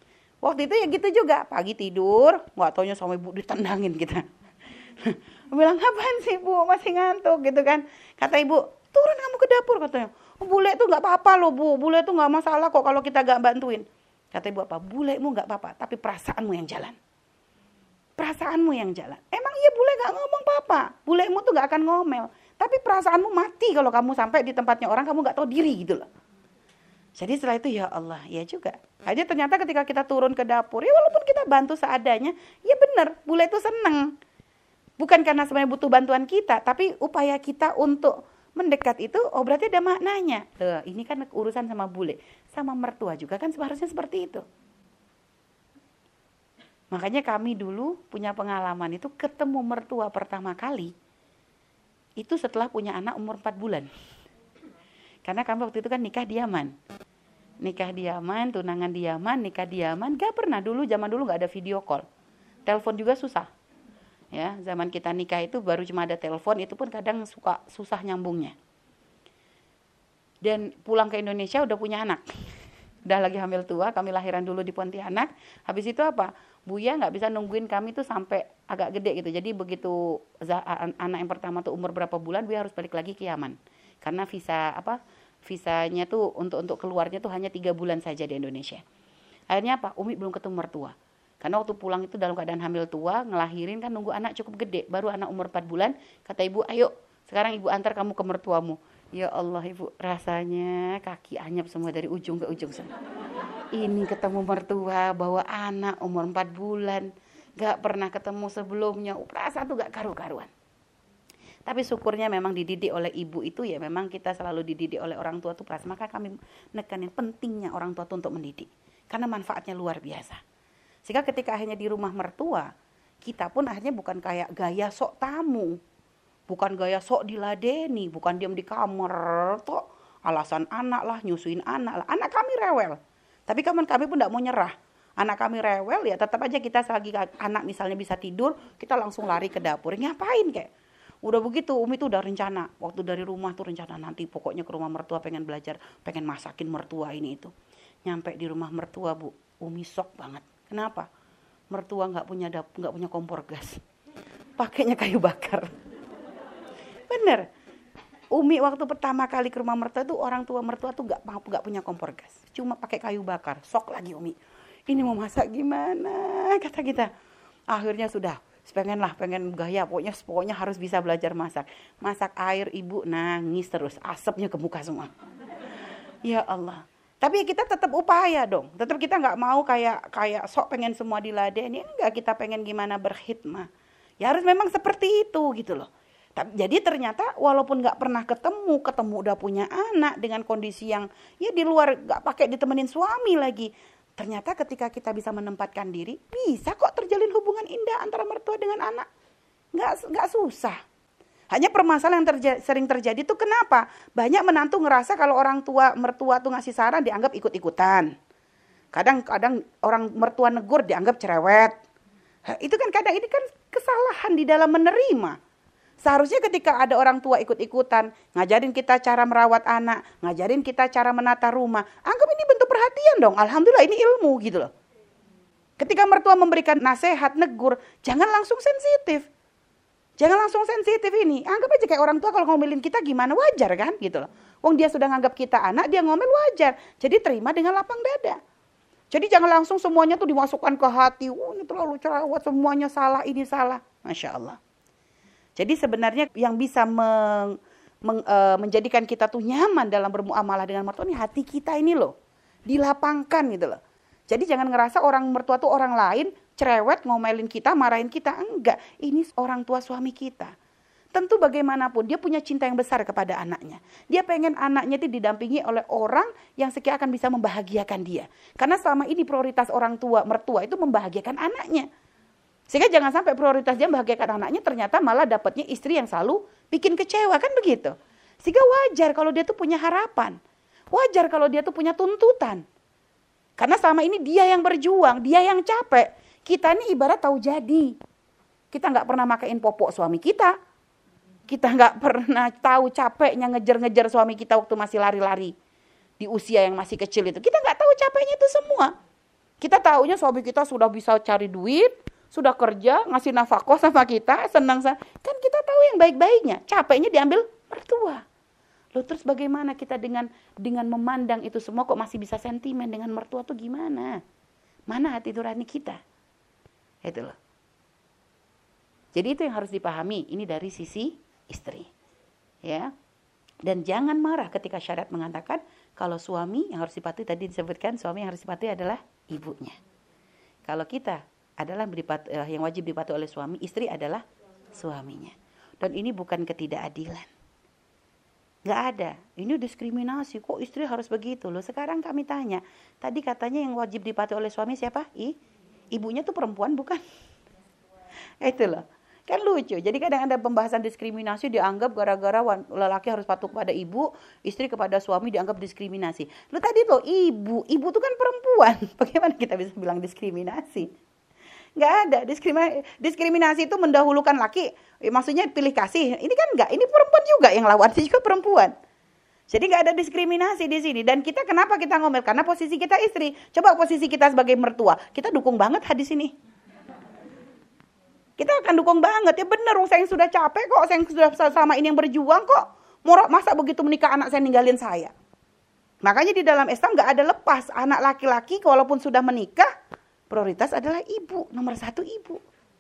Waktu itu ya gitu juga, pagi tidur, nggak taunya sama ibu ditendangin kita. Bilang, apaan sih bu, masih ngantuk gitu kan. Kata ibu, turun kamu ke dapur katanya. Oh, bule itu nggak apa-apa loh bu, bule itu nggak masalah kok kalau kita nggak bantuin. Kata ibu apa, bulemu nggak apa-apa, tapi perasaanmu yang jalan. Perasaanmu yang jalan. Emang iya bule nggak ngomong apa-apa, bulemu tuh nggak akan ngomel. Tapi perasaanmu mati kalau kamu sampai di tempatnya orang, kamu nggak tahu diri gitu loh. Jadi setelah itu ya Allah, ya juga. Aja ternyata ketika kita turun ke dapur, ya walaupun kita bantu seadanya, ya benar, bule itu seneng. Bukan karena sebenarnya butuh bantuan kita, tapi upaya kita untuk mendekat itu, oh berarti ada maknanya. Loh, ini kan urusan sama bule, sama mertua juga kan seharusnya seperti itu. Makanya kami dulu punya pengalaman itu ketemu mertua pertama kali, itu setelah punya anak umur empat bulan. Karena kami waktu itu kan nikah di Yaman. Nikah di Yaman, tunangan di Yaman, nikah di Yaman. Gak pernah dulu, zaman dulu gak ada video call. Telepon juga susah. Ya, zaman kita nikah itu baru cuma ada telepon, itu pun kadang suka susah nyambungnya. Dan pulang ke Indonesia udah punya anak. Udah lagi hamil tua, kami lahiran dulu di Pontianak. Habis itu apa? Buya gak bisa nungguin kami tuh sampai agak gede gitu. Jadi begitu anak yang pertama tuh umur berapa bulan, Buya harus balik lagi ke Yaman. Karena visa apa visanya tuh untuk untuk keluarnya tuh hanya tiga bulan saja di Indonesia. Akhirnya apa? Umi belum ketemu mertua. Karena waktu pulang itu dalam keadaan hamil tua, ngelahirin kan nunggu anak cukup gede, baru anak umur empat bulan. Kata ibu, ayo sekarang ibu antar kamu ke mertuamu. Ya Allah ibu, rasanya kaki anyap semua dari ujung ke ujung sana. Ini ketemu mertua bawa anak umur empat bulan, gak pernah ketemu sebelumnya, rasa tuh gak karu-karuan. Tapi syukurnya memang dididik oleh ibu itu ya, memang kita selalu dididik oleh orang tua tuh keras. Maka kami nekanin pentingnya orang tua tuh untuk mendidik. Karena manfaatnya luar biasa. Sehingga ketika akhirnya di rumah mertua, kita pun akhirnya bukan kayak gaya sok tamu. Bukan gaya sok diladeni, bukan diam di kamar. Tuh alasan anak lah, nyusuin anak lah. Anak kami rewel. Tapi kami, kami pun tidak mau nyerah. Anak kami rewel ya tetap aja kita selagi anak misalnya bisa tidur, kita langsung lari ke dapur. Ngapain kayak? Udah begitu, Umi tuh udah rencana. Waktu dari rumah tuh rencana nanti pokoknya ke rumah mertua pengen belajar, pengen masakin mertua ini itu. Nyampe di rumah mertua bu, Umi sok banget. Kenapa? Mertua nggak punya dap, nggak punya kompor gas, pakainya kayu bakar. Bener. Umi waktu pertama kali ke rumah mertua tuh orang tua mertua tuh nggak nggak punya kompor gas, cuma pakai kayu bakar. Sok lagi Umi. Ini mau masak gimana? Kata kita. Akhirnya sudah. Pengen lah, pengen gaya, pokoknya pokoknya harus bisa belajar masak. Masak air ibu nangis terus, asapnya ke muka semua. Ya Allah. Tapi kita tetap upaya dong. Tetap kita nggak mau kayak kayak sok pengen semua diladeni. Enggak, kita pengen gimana berkhidmah. Ya harus memang seperti itu gitu loh. Jadi ternyata walaupun nggak pernah ketemu, ketemu udah punya anak dengan kondisi yang ya di luar nggak pakai ditemenin suami lagi. Ternyata ketika kita bisa menempatkan diri, bisa kok terjalin hubungan indah antara mertua dengan anak. Nggak, nggak susah. Hanya permasalahan yang terja- sering terjadi itu kenapa? Banyak menantu ngerasa kalau orang tua mertua tuh ngasih saran dianggap ikut-ikutan. Kadang-kadang orang mertua negur dianggap cerewet. Itu kan kadang ini kan kesalahan di dalam menerima. Seharusnya ketika ada orang tua ikut-ikutan, ngajarin kita cara merawat anak, ngajarin kita cara menata rumah, anggap ini bentuk perhatian dong. Alhamdulillah ini ilmu gitu loh. Ketika mertua memberikan nasihat, negur, jangan langsung sensitif. Jangan langsung sensitif ini. Anggap aja kayak orang tua kalau ngomelin kita gimana, wajar kan gitu loh. Wong dia sudah nganggap kita anak, dia ngomel wajar. Jadi terima dengan lapang dada. Jadi jangan langsung semuanya tuh dimasukkan ke hati. Oh ini terlalu cerewet, semuanya salah, ini salah. Masya Allah. Jadi sebenarnya yang bisa meng, meng, e, menjadikan kita tuh nyaman dalam bermuamalah dengan mertua ini hati kita ini loh. Dilapangkan gitu loh. Jadi jangan ngerasa orang mertua tuh orang lain, cerewet, ngomelin kita, marahin kita. Enggak, ini orang tua suami kita. Tentu bagaimanapun dia punya cinta yang besar kepada anaknya. Dia pengen anaknya itu didampingi oleh orang yang sekiranya akan bisa membahagiakan dia. Karena selama ini prioritas orang tua, mertua itu membahagiakan anaknya. Sehingga jangan sampai prioritas dia membahagiakan anaknya ternyata malah dapatnya istri yang selalu bikin kecewa, kan begitu. Sehingga wajar kalau dia tuh punya harapan. Wajar kalau dia tuh punya tuntutan. Karena selama ini dia yang berjuang, dia yang capek. Kita ini ibarat tahu jadi. Kita nggak pernah makain popok suami kita. Kita nggak pernah tahu capeknya ngejar-ngejar suami kita waktu masih lari-lari. Di usia yang masih kecil itu. Kita nggak tahu capeknya itu semua. Kita taunya suami kita sudah bisa cari duit, sudah kerja, ngasih nafkah sama kita, senang. Kan kita tahu yang baik-baiknya, capeknya diambil mertua. Loh, terus bagaimana kita dengan dengan memandang itu semua kok masih bisa sentimen dengan mertua tuh gimana? Mana hati nurani kita? Itu loh. Jadi itu yang harus dipahami, ini dari sisi istri. Ya. Dan jangan marah ketika syariat mengatakan kalau suami yang harus dipatuhi, tadi disebutkan suami yang harus dipatuhi adalah ibunya. Kalau kita adalah yang wajib dipatuhi oleh suami, istri adalah suaminya. Dan ini bukan ketidakadilan. Gak ada. Ini diskriminasi. Kok istri harus begitu? Loh, sekarang kami tanya. Tadi katanya yang wajib dipatuhi oleh suami siapa? I, ibunya tuh perempuan bukan? Itu loh. Kan lucu. Jadi kadang ada pembahasan diskriminasi dianggap gara-gara lelaki harus patuh kepada ibu, istri kepada suami dianggap diskriminasi. Lu tadi tuh ibu, ibu tuh kan perempuan. Bagaimana kita bisa bilang diskriminasi? Nggak ada. Diskriminasi, diskriminasi itu mendahulukan laki. Eh, maksudnya pilih kasih. Ini kan nggak. Ini perempuan juga yang lawan. Ini juga perempuan. Jadi nggak ada diskriminasi di sini. Dan kita kenapa kita ngomel? Karena posisi kita istri. Coba posisi kita sebagai mertua. Kita dukung banget hadis ini. Kita akan dukung banget. Ya benar, saya yang sudah capek kok. Saya yang sudah sama ini yang berjuang kok. Masa begitu menikah anak saya ninggalin saya. Makanya di dalam Islam nggak ada lepas. Anak laki-laki walaupun sudah menikah, prioritas adalah ibu. Nomor satu ibu.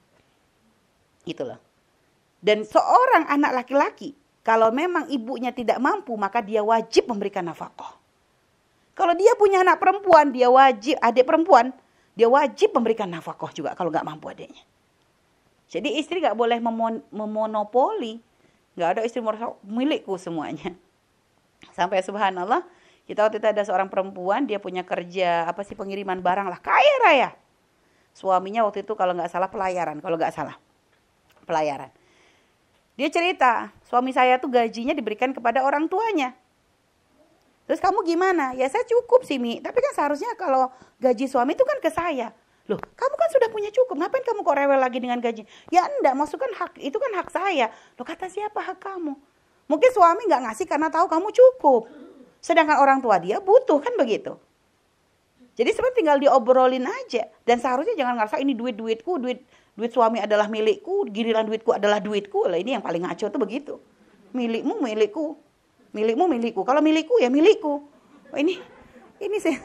Gitu loh. Dan seorang anak laki-laki, kalau memang ibunya tidak mampu, maka dia wajib memberikan nafkah. Kalau dia punya anak perempuan, dia wajib, adik perempuan, dia wajib memberikan nafkah juga kalau nggak mampu adiknya. Jadi istri gak boleh memon- memonopoli. Gak ada istri merasa milikku semuanya. Sampai subhanallah, kita waktu itu ada seorang perempuan, dia punya kerja, apa sih pengiriman barang lah, kaya raya. Suaminya waktu itu kalau gak salah pelayaran, kalau gak salah. Pelayaran. Dia cerita, suami saya tuh gajinya diberikan kepada orang tuanya. Terus kamu gimana? Ya saya cukup sih Mi, tapi kan seharusnya kalau gaji suami itu kan ke saya. Loh, kamu kan sudah punya cukup, ngapain kamu kok rewel lagi dengan gaji? Ya enggak, maksud kan hak, itu kan hak saya. Loh, kata siapa hak kamu? Mungkin suami enggak ngasih karena tahu kamu cukup. Sedangkan orang tua dia butuh, kan begitu. Jadi sebenarnya tinggal diobrolin aja. Dan seharusnya jangan ngerasa ini duit-duitku, duit duit suami adalah milikku, giliran duitku adalah duitku. Lah ini yang paling ngaco tuh begitu. Milikmu milikku, milikmu milikku. Kalau milikku ya milikku. Oh, ini, ini sih.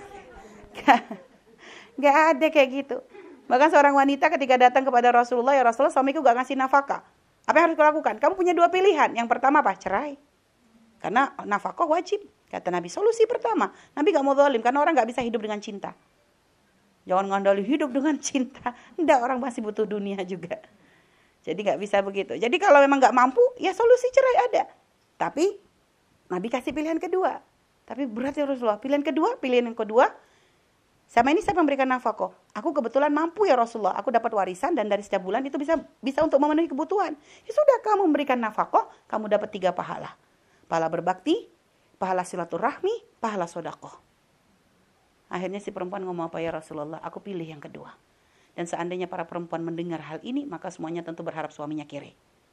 Gak ada kayak gitu. Bahkan seorang wanita ketika datang kepada Rasulullah, ya Rasulullah suamiku gak ngasih nafkah. Apa yang harus kulakukan? Kamu punya dua pilihan. Yang pertama apa? Cerai. Karena nafkah wajib. Kata Nabi, solusi pertama. Nabi gak mau zalim karena orang gak bisa hidup dengan cinta. Jangan ngandali hidup dengan cinta. Enggak, orang masih butuh dunia juga. Jadi gak bisa begitu. Jadi kalau memang gak mampu, ya solusi cerai ada. Tapi Nabi kasih pilihan kedua. Tapi berat ya Rasulullah. Pilihan kedua, pilihan yang kedua, sama ini saya memberikan nafkah. Aku kebetulan mampu ya Rasulullah. Aku dapat warisan dan dari setiap bulan itu bisa bisa untuk memenuhi kebutuhan. Ya sudah, kamu memberikan nafkah, kamu dapat tiga pahala. Pahala berbakti, pahala silaturahmi, pahala sedekah. Akhirnya si perempuan ngomong, apa ya Rasulullah? Aku pilih yang kedua. Dan seandainya para perempuan mendengar hal ini, maka semuanya tentu berharap suaminya kere.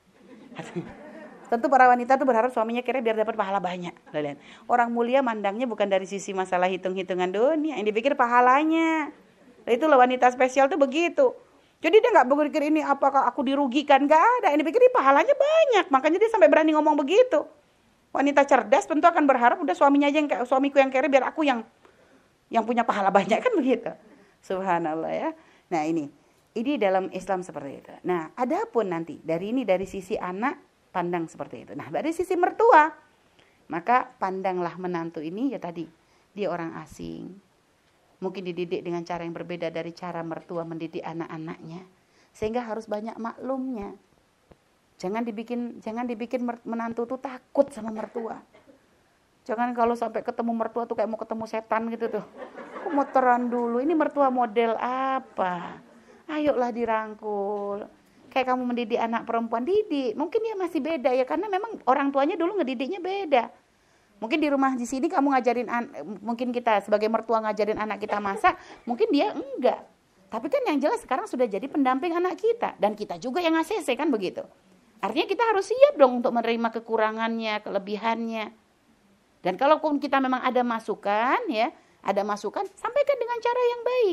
Tentu para wanita tuh berharap suaminya kira biar dapat pahala banyak. Lihat. Orang mulia mandangnya bukan dari sisi masalah hitung-hitungan dunia, yang dipikir pahalanya. Nah, itulah wanita spesial tuh begitu. Jadi dia nggak berpikir ini apakah aku dirugikan, nggak ada. Yang dipikir ini pahalanya banyak, makanya dia sampai berani ngomong begitu. Wanita cerdas tentu akan berharap udah suaminya aja yang suamiku yang kere biar aku yang yang punya pahala banyak, kan begitu. Subhanallah ya. Nah ini ini dalam Islam seperti itu. Nah adapun nanti dari ini dari sisi anak pandang seperti itu. Nah, dari sisi mertua, maka pandanglah menantu ini ya tadi, dia orang asing. Mungkin dididik dengan cara yang berbeda dari cara mertua mendidik anak-anaknya. Sehingga harus banyak maklumnya. Jangan dibikin jangan dibikin menantu tuh takut sama mertua. Jangan kalau sampai ketemu mertua tuh kayak mau ketemu setan gitu tuh. Muteran dulu, ini mertua model apa? Ayolah dirangkul. Kayak kamu mendidik anak perempuan, didik. Mungkin dia masih beda ya, karena memang orang tuanya dulu ngedidiknya beda. Mungkin di rumah di sini kamu ngajarin, mungkin kita sebagai mertua ngajarin anak kita masak, mungkin dia enggak. Tapi kan yang jelas sekarang sudah jadi pendamping anak kita. Dan kita juga yang A C C, kan begitu. Artinya kita harus siap dong untuk menerima kekurangannya, kelebihannya. Dan kalaupun kita memang ada masukan, ya, ada masukan, sampaikan dengan cara yang baik.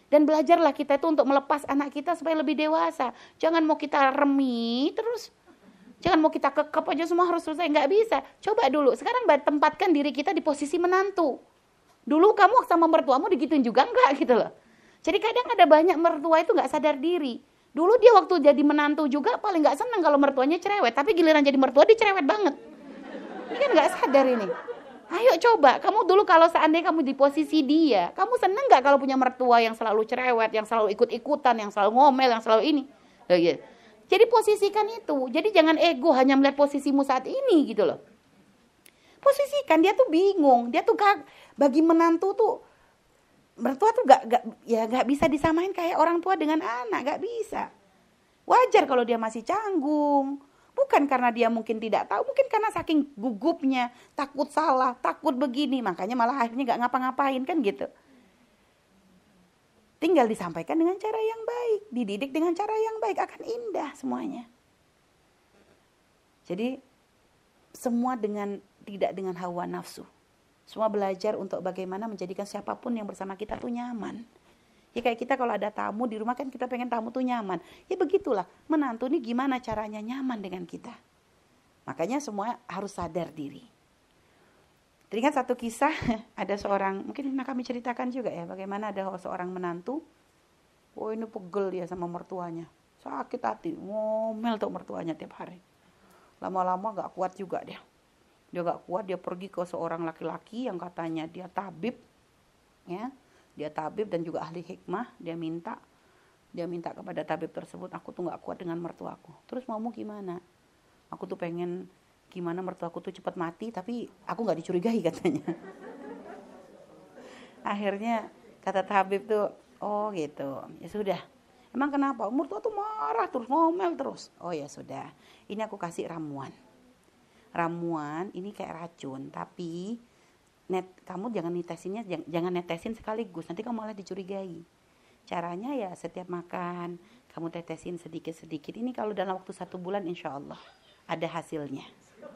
Dan belajarlah kita itu untuk melepas anak kita supaya lebih dewasa. Jangan mau kita remi terus. Jangan mau kita kekep aja semua harus selesai. Nggak bisa. Coba dulu. Sekarang tempatkan diri kita di posisi menantu. Dulu kamu sama mertuamu digituin juga enggak gitu loh. Jadi kadang ada banyak mertua itu nggak sadar diri. Dulu dia waktu jadi menantu juga paling nggak senang kalau mertuanya cerewet. Tapi giliran jadi mertua dia cerewet banget. Ini kan nggak sadar ini. Ayo coba, kamu dulu kalau seandainya kamu di posisi dia, kamu seneng gak kalau punya mertua yang selalu cerewet, yang selalu ikut-ikutan, yang selalu ngomel, yang selalu ini? Oh, iya. Jadi posisikan itu, jadi jangan ego hanya melihat posisimu saat ini gitu loh. Posisikan, dia tuh bingung, dia tuh gak, bagi menantu tuh, mertua tuh gak, gak, ya gak bisa disamain kayak orang tua dengan anak, gak bisa. Wajar kalau dia masih canggung. Bukan karena dia mungkin tidak tahu, mungkin karena saking gugupnya, takut salah, takut begini, makanya malah akhirnya gak ngapa-ngapain kan gitu. Tinggal disampaikan dengan cara yang baik, dididik dengan cara yang baik, akan indah semuanya. Jadi semua dengan tidak dengan hawa nafsu. Semua belajar untuk bagaimana menjadikan siapapun yang bersama kita tuh nyaman. Ya kayak kita kalau ada tamu di rumah kan kita pengen tamu tuh nyaman. Ya begitulah, menantu ini gimana caranya nyaman dengan kita. Makanya semua harus sadar diri. Teringat satu kisah, ada seorang, mungkin pernah kami ceritakan juga ya, bagaimana ada seorang menantu. Oh ini pegel dia sama mertuanya. Sakit hati, ngomel tuh mertuanya tiap hari. Lama-lama gak kuat juga dia. Dia gak kuat, dia pergi ke seorang laki-laki yang katanya dia tabib. Ya. Dia tabib dan juga ahli hikmah, dia minta dia minta kepada tabib tersebut, aku tuh gak kuat dengan mertuaku. Terus maumu gimana? Aku tuh pengen gimana mertuaku tuh cepat mati, tapi aku gak dicurigai katanya. Akhirnya kata tabib tuh, oh gitu, ya sudah. Emang kenapa? Mertua tuh marah terus, ngomel terus. Oh ya sudah, ini aku kasih ramuan. Ramuan ini kayak racun, tapi net, kamu jangan netesinnya, jangan, jangan netesin sekaligus, nanti kamu malah dicurigai. Caranya ya setiap makan, kamu tetesin sedikit-sedikit. Ini kalau dalam waktu satu bulan insya Allah ada hasilnya.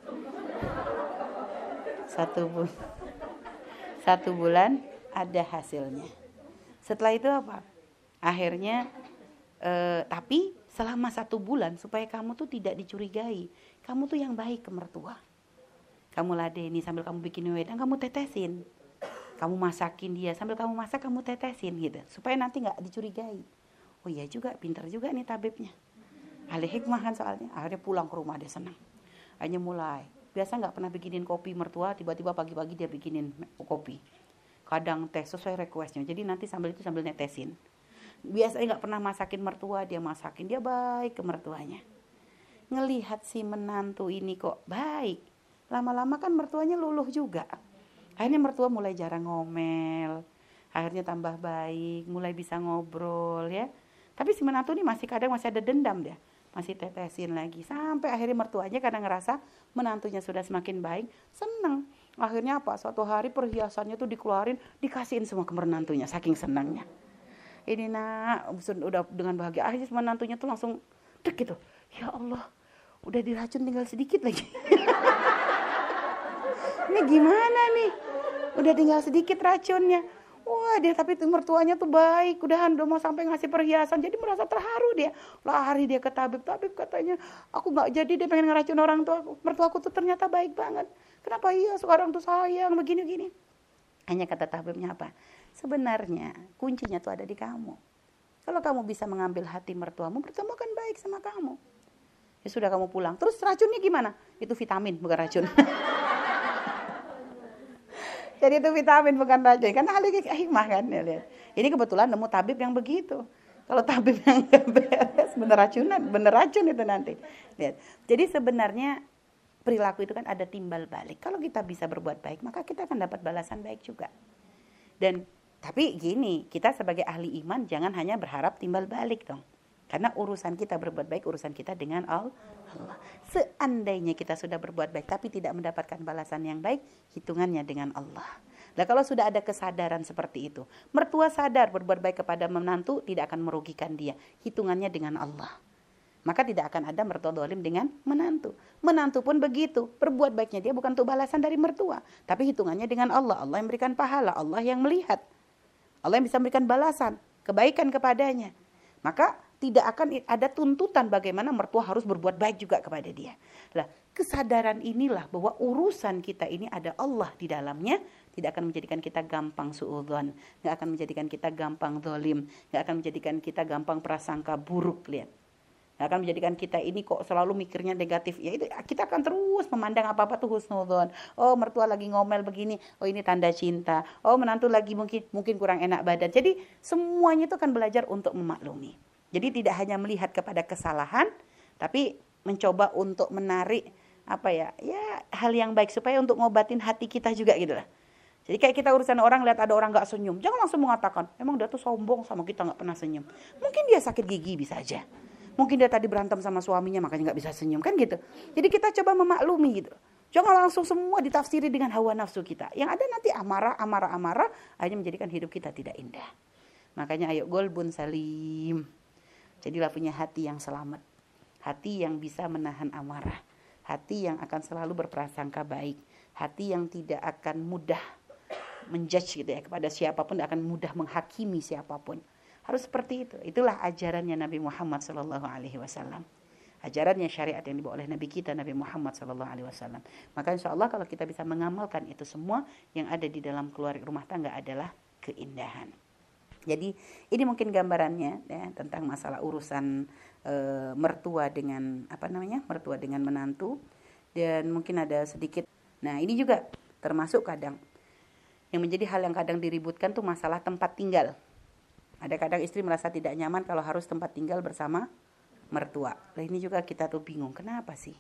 Satu bulan, satu bulan ada hasilnya. Setelah itu apa? Akhirnya, eh, tapi selama satu bulan supaya kamu tuh tidak dicurigai, kamu tuh yang baik ke mertua. Kamu ladeni sambil kamu bikin wedang, kamu tetesin. Kamu masakin dia, sambil kamu masak kamu tetesin gitu. Supaya nanti gak dicurigai. Oh iya juga, pintar juga nih tabibnya. Ahli hikmah kan soalnya. Akhirnya pulang ke rumah dia senang. Akhirnya mulai. Biasa gak pernah bikinin kopi mertua, tiba-tiba pagi-pagi dia bikinin kopi. Kadang teh sesuai requestnya. Jadi nanti sambil itu sambil netesin. Biasanya gak pernah masakin mertua, dia masakin. Dia baik ke mertuanya. Ngelihat si menantu ini kok baik. Lama-lama kan mertuanya luluh juga. Akhirnya mertua mulai jarang ngomel. Akhirnya tambah baik, mulai bisa ngobrol ya. Tapi si menantu ini masih kadang masih ada dendam dia. Masih tetesin lagi. Sampai akhirnya mertuanya kadang ngerasa menantunya sudah semakin baik. Senang. Akhirnya apa? Suatu hari perhiasannya tuh dikeluarin, dikasihin semua ke menantunya. Saking senangnya. Ini nak, udah dengan bahagia. Akhirnya menantunya tuh langsung dek gitu. Ya Allah, udah diracun tinggal sedikit lagi. Ini gimana nih? Udah tinggal sedikit racunnya. Wah dia tapi tuh mertuanya tuh baik. Udahan udah mau sampai ngasih perhiasan. Jadi merasa terharu dia. Lari dia ke tabib. Tabib katanya aku gak jadi dia pengen ngeracun orang tua aku. Mertuaku tuh ternyata baik banget. Kenapa iya sekarang tuh sayang begini-gini. Hanya kata tabibnya apa? Sebenarnya kuncinya tuh ada di kamu. Kalau kamu bisa mengambil hati mertuamu, mertuamu akan baik sama kamu. Ya sudah kamu pulang. Terus racunnya gimana? Itu vitamin bukan racun. Jadi itu vitamin bukan racun. Kan ahli hikmah kan ya, lihat. Ini kebetulan nemu tabib yang begitu. Kalau tabib yang gak beres bener racunan, bener racun itu nanti. Lihat. Jadi sebenarnya perilaku itu kan ada timbal balik. Kalau kita bisa berbuat baik, maka kita akan dapat balasan baik juga. Dan tapi gini, kita sebagai ahli iman jangan hanya berharap timbal balik dong. Karena urusan kita berbuat baik, urusan kita dengan Allah. Seandainya kita sudah berbuat baik tapi tidak mendapatkan balasan yang baik, hitungannya dengan Allah. Nah kalau sudah ada kesadaran seperti itu, mertua sadar berbuat baik kepada menantu tidak akan merugikan dia, hitungannya dengan Allah. Maka tidak akan ada mertua zalim dengan menantu. Menantu pun begitu, berbuat baiknya dia bukan untuk balasan dari mertua, tapi hitungannya dengan Allah. Allah yang memberikan pahala, Allah yang melihat, Allah yang bisa memberikan balasan. kebaikan kepadanya. Maka tidak akan ada tuntutan bagaimana mertua harus berbuat baik juga kepada dia. Lah, kesadaran inilah bahwa urusan kita ini ada Allah di dalamnya, tidak akan menjadikan kita gampang suudzon, nggak akan menjadikan kita gampang zalim, nggak akan menjadikan kita gampang prasangka buruk, lihat. Nggak akan menjadikan kita ini kok selalu mikirnya negatif. Ya itu kita akan terus memandang apa-apa tuh husnudzon. Oh, mertua lagi ngomel begini, oh ini tanda cinta. Oh, menantu lagi mungkin mungkin kurang enak badan. Jadi semuanya itu akan belajar untuk memaklumi. Jadi tidak hanya melihat kepada kesalahan, tapi mencoba untuk menarik apa ya? Ya hal yang baik supaya untuk ngobatin hati kita juga gitu lah. Jadi kayak kita urusan orang, lihat ada orang nggak senyum, jangan langsung mengatakan, emang dia tuh sombong sama kita nggak pernah senyum. Mungkin dia sakit gigi bisa aja. Mungkin dia tadi berantem sama suaminya makanya nggak bisa senyum, kan gitu. Jadi kita coba memaklumi gitu. Jangan langsung semua ditafsiri dengan hawa nafsu kita. Yang ada nanti amarah, amarah, amarah, akhirnya menjadikan hidup kita tidak indah. Makanya ayo golbun salim. Jadilah punya hati yang selamat. Hati yang bisa menahan amarah. Hati yang akan selalu berprasangka baik. Hati yang tidak akan mudah menjudge gitu ya kepada siapapun, akan mudah menghakimi siapapun. Harus seperti itu. Itulah ajarannya Nabi Muhammad sallallahu alaihi wasallam. Ajarannya syariat yang dibawa oleh Nabi kita Nabi Muhammad sallallahu alaihi wasallam. Maka insyaallah kalau kita bisa mengamalkan itu semua, yang ada di dalam keluarga rumah tangga adalah keindahan. Jadi ini mungkin gambarannya ya tentang masalah urusan e, mertua dengan apa namanya? mertua dengan menantu, dan mungkin ada sedikit. Nah, ini juga termasuk kadang yang menjadi hal yang kadang diributkan tuh masalah tempat tinggal. Ada kadang istri merasa tidak nyaman kalau harus tempat tinggal bersama mertua. Nah ini juga kita tuh bingung, kenapa sih?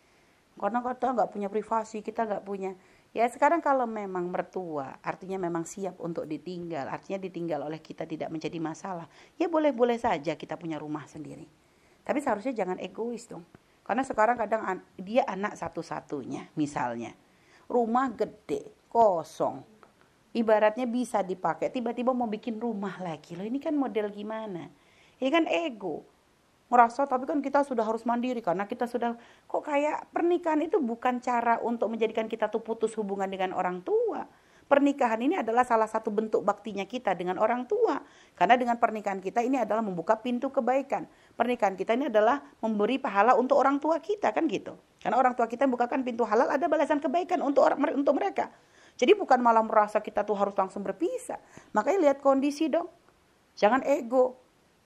Karena kita nggak punya privasi, kita nggak punya. Ya sekarang kalau memang mertua, artinya memang siap untuk ditinggal, artinya ditinggal oleh kita tidak menjadi masalah. Ya boleh-boleh saja kita punya rumah sendiri. Tapi seharusnya jangan egois dong. Karena sekarang kadang an- dia anak satu-satunya, misalnya. Rumah gede, kosong. Ibaratnya bisa dipakai, tiba-tiba mau bikin rumah lagi. Loh ini kan model gimana? Ini kan ego. Merasa tapi kan kita sudah harus mandiri karena kita sudah, kok kayak pernikahan itu bukan cara untuk menjadikan kita tuh putus hubungan dengan orang tua. Pernikahan ini adalah salah satu bentuk baktinya kita dengan orang tua. Karena dengan pernikahan kita ini adalah membuka pintu kebaikan. Pernikahan kita ini adalah memberi pahala untuk orang tua kita, kan gitu. Karena orang tua kita membukakan pintu halal, ada balasan kebaikan untuk orang, untuk mereka. Jadi bukan malah merasa kita tuh harus langsung berpisah. Makanya lihat kondisi dong. Jangan ego.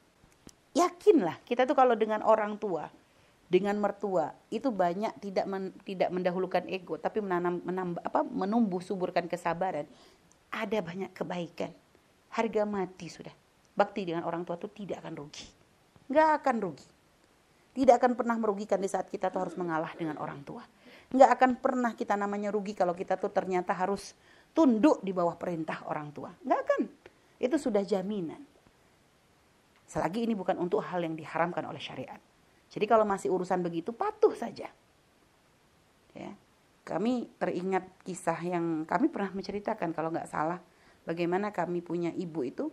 Yakinlah kita tuh kalau dengan orang tua, dengan mertua, itu banyak tidak men, tidak mendahulukan ego, tapi menanam menambah apa menumbuh suburkan kesabaran. Ada banyak kebaikan. Harga mati sudah. Bakti dengan orang tua tuh tidak akan rugi. Enggak akan rugi. Tidak akan pernah merugikan di saat kita tuh harus mengalah dengan orang tua. Nggak akan pernah kita namanya rugi kalau kita tuh ternyata harus tunduk di bawah perintah orang tua. Nggak akan. Itu sudah jaminan. Selagi ini bukan untuk hal yang diharamkan oleh syariat. Jadi kalau masih urusan begitu, patuh saja. Ya. Kami teringat kisah yang kami pernah menceritakan kalau nggak salah. Bagaimana kami punya ibu itu.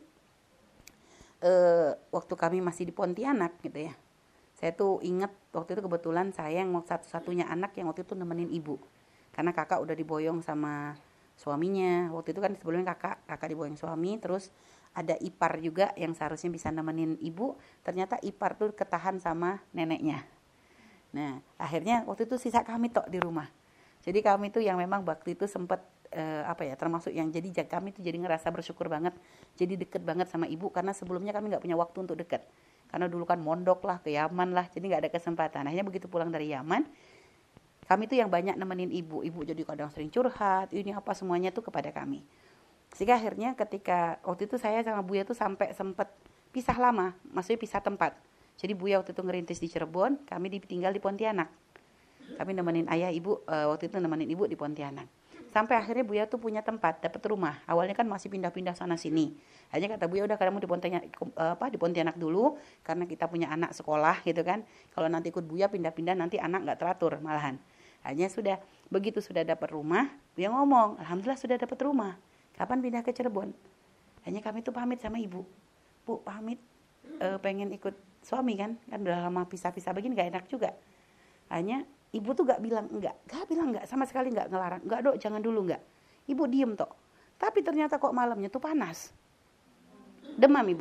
Eh, waktu kami masih di Pontianak gitu ya. Saya tuh ingat waktu itu kebetulan saya yang satu-satunya anak yang waktu itu nemenin ibu. Karena kakak udah diboyong sama suaminya. Waktu itu kan sebelumnya kakak, kakak diboyong suami. Terus ada ipar juga yang seharusnya bisa nemenin ibu. Ternyata ipar tuh ketahan sama neneknya. Nah akhirnya waktu itu sisa kami tok di rumah. Jadi kami tuh yang memang waktu itu sempat eh, apa ya termasuk yang jadi kami tuh jadi ngerasa bersyukur banget. Jadi deket banget sama ibu karena sebelumnya kami gak punya waktu untuk deket. Karena dulu kan mondok lah, ke Yaman lah, jadi gak ada kesempatan. Akhirnya begitu pulang dari Yaman, kami tuh yang banyak nemenin ibu. Ibu jadi kadang sering curhat, ini apa semuanya tuh kepada kami. Sehingga akhirnya ketika waktu itu saya sama Buya tuh sampai sempat pisah lama, maksudnya pisah tempat. Jadi Buya waktu itu ngerintis di Cirebon, kami ditinggal di Pontianak. Kami nemenin ayah ibu, uh, waktu itu nemenin ibu di Pontianak. Sampai akhirnya Buya tuh punya tempat, dapat rumah. Awalnya kan masih pindah-pindah sana sini. Akhirnya kata Buya udah kamu di Pontianak apa di Pontianak dulu karena kita punya anak sekolah gitu kan. Kalau nanti ikut Buya pindah-pindah nanti anak enggak teratur malahan. Akhirnya sudah begitu sudah dapat rumah, Buya ngomong, alhamdulillah sudah dapat rumah. Kapan pindah ke Cirebon? Akhirnya kami tuh pamit sama ibu. Bu, pamit e, pengen ikut suami kan. Kan udah lama pisah-pisah begini enggak enak juga. Akhirnya ibu tuh gak bilang enggak, gak bilang enggak, sama sekali enggak ngelarang. Enggak dok, jangan dulu enggak. Ibu diem tok. Tapi ternyata kok malamnya tuh panas. Demam ibu.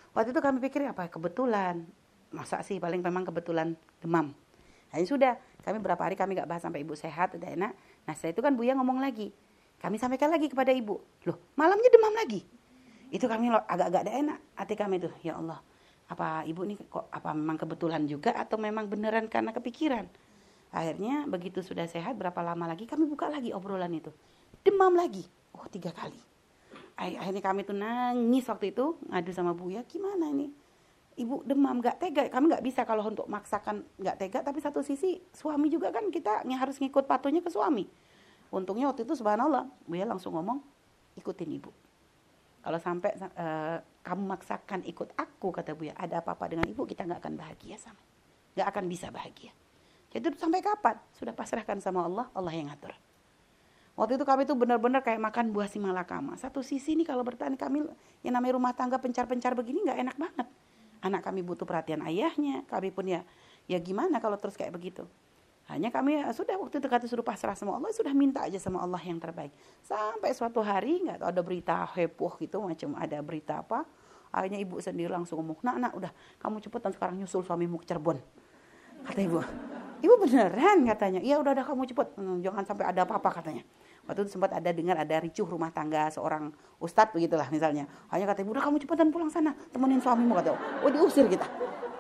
Waktu itu kami pikir apa kebetulan, masa sih paling memang kebetulan demam. Nah sudah, kami berapa hari kami gak bahas sampai ibu sehat, udah enak. Nah setelah itu kan Buya ngomong lagi, kami sampaikan lagi kepada ibu, loh malamnya demam lagi. Itu kami agak-agak ada enak, hati kami tuh, ya Allah, apa ibu nih kok apa memang kebetulan juga atau memang beneran karena kepikiran. Akhirnya begitu sudah sehat, berapa lama lagi kami buka lagi obrolan itu, demam lagi, oh tiga kali. Akhirnya kami tuh nangis waktu itu, ngadu sama Buya, gimana ini? Ibu demam, gak tega, kami gak bisa kalau untuk maksakan gak tega, tapi satu sisi suami juga kan kita harus ngikut patuhnya ke suami. Untungnya waktu itu subhanallah, Buya langsung ngomong, ikutin ibu. Kalau sampai uh, kamu maksakan ikut aku, kata Buya, ada apa-apa dengan ibu, kita gak akan bahagia sama. Gak akan bisa bahagia. Jadi sampai kapan? Sudah pasrahkan sama Allah, Allah yang ngatur. Waktu itu kami tuh benar-benar kayak makan buah si malakama. Satu sisi nih kalau bertahan kami, yang namanya rumah tangga pencar-pencar begini gak enak banget. Anak kami butuh perhatian ayahnya, kami pun ya, ya gimana kalau terus kayak begitu. Hanya kami ya, sudah waktu itu kata suruh pasrah sama Allah, sudah minta aja sama Allah yang terbaik. Sampai suatu hari nggak tahu ada berita heboh gitu, macam ada berita apa. Akhirnya ibu sendiri langsung ngomong, nak nak udah kamu cepetan sekarang nyusul suamimu ke Cirebon. Kata ibu, ibu beneran katanya, iya udah udah kamu cepet, hmm, jangan sampai ada apa-apa katanya. Waktu itu sempat ada dengar ada ricuh rumah tangga seorang ustadz begitulah misalnya. Hanya kata ibu, udah kamu cepetan pulang sana, temenin suamimu kata. Oh diusir kita.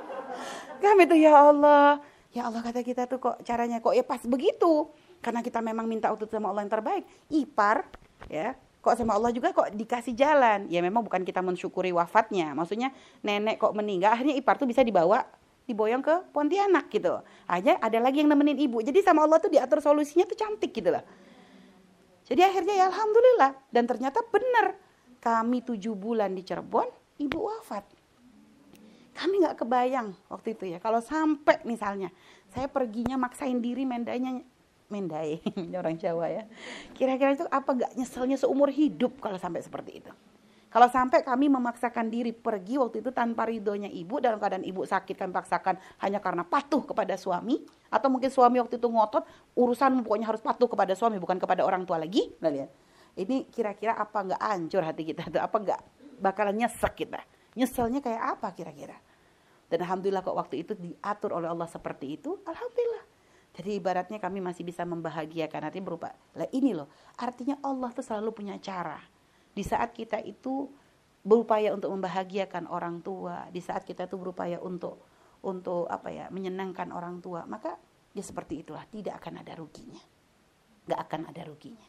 Kami tuh ya Allah, ya Allah kata kita tuh kok caranya kok ya pas begitu. Karena kita memang minta waktu sama Allah yang terbaik. Ipar ya, kok sama Allah juga kok dikasih jalan. Ya memang bukan kita mensyukuri wafatnya. Maksudnya nenek kok meninggal, akhirnya ipar tuh bisa dibawa diboyong ke Pontianak gitu. Aja ada lagi yang nemenin ibu. Jadi sama Allah tuh diatur solusinya tuh cantik gitu loh. Jadi akhirnya ya alhamdulillah. Dan ternyata benar. Kami tujuh bulan di Cirebon, ibu wafat. Kami gak kebayang waktu itu ya. Kalau sampai misalnya, saya perginya maksain diri mendainya, mendai, orang Jawa ya. Kira-kira itu apa gak nyeselnya seumur hidup kalau sampai seperti itu. Kalau sampai kami memaksakan diri pergi waktu itu tanpa ridhonya ibu, dalam keadaan ibu sakit kami paksakan hanya karena patuh kepada suami, atau mungkin suami waktu itu ngotot, urusan pokoknya harus patuh kepada suami bukan kepada orang tua lagi. Nah, lihat. Ini kira-kira apa nggak hancur hati kita tuh, apa nggak bakalan nyesek kita? Nyeselnya kayak apa kira-kira? Dan alhamdulillah kok waktu itu diatur oleh Allah seperti itu, alhamdulillah. Jadi ibaratnya kami masih bisa membahagiakan, artinya berupa, lah ini loh, artinya Allah tuh selalu punya cara. Di saat kita itu berupaya untuk membahagiakan orang tua, di saat kita itu berupaya untuk untuk apa ya, menyenangkan orang tua, maka ya seperti itulah, tidak akan ada ruginya. Enggak akan ada ruginya.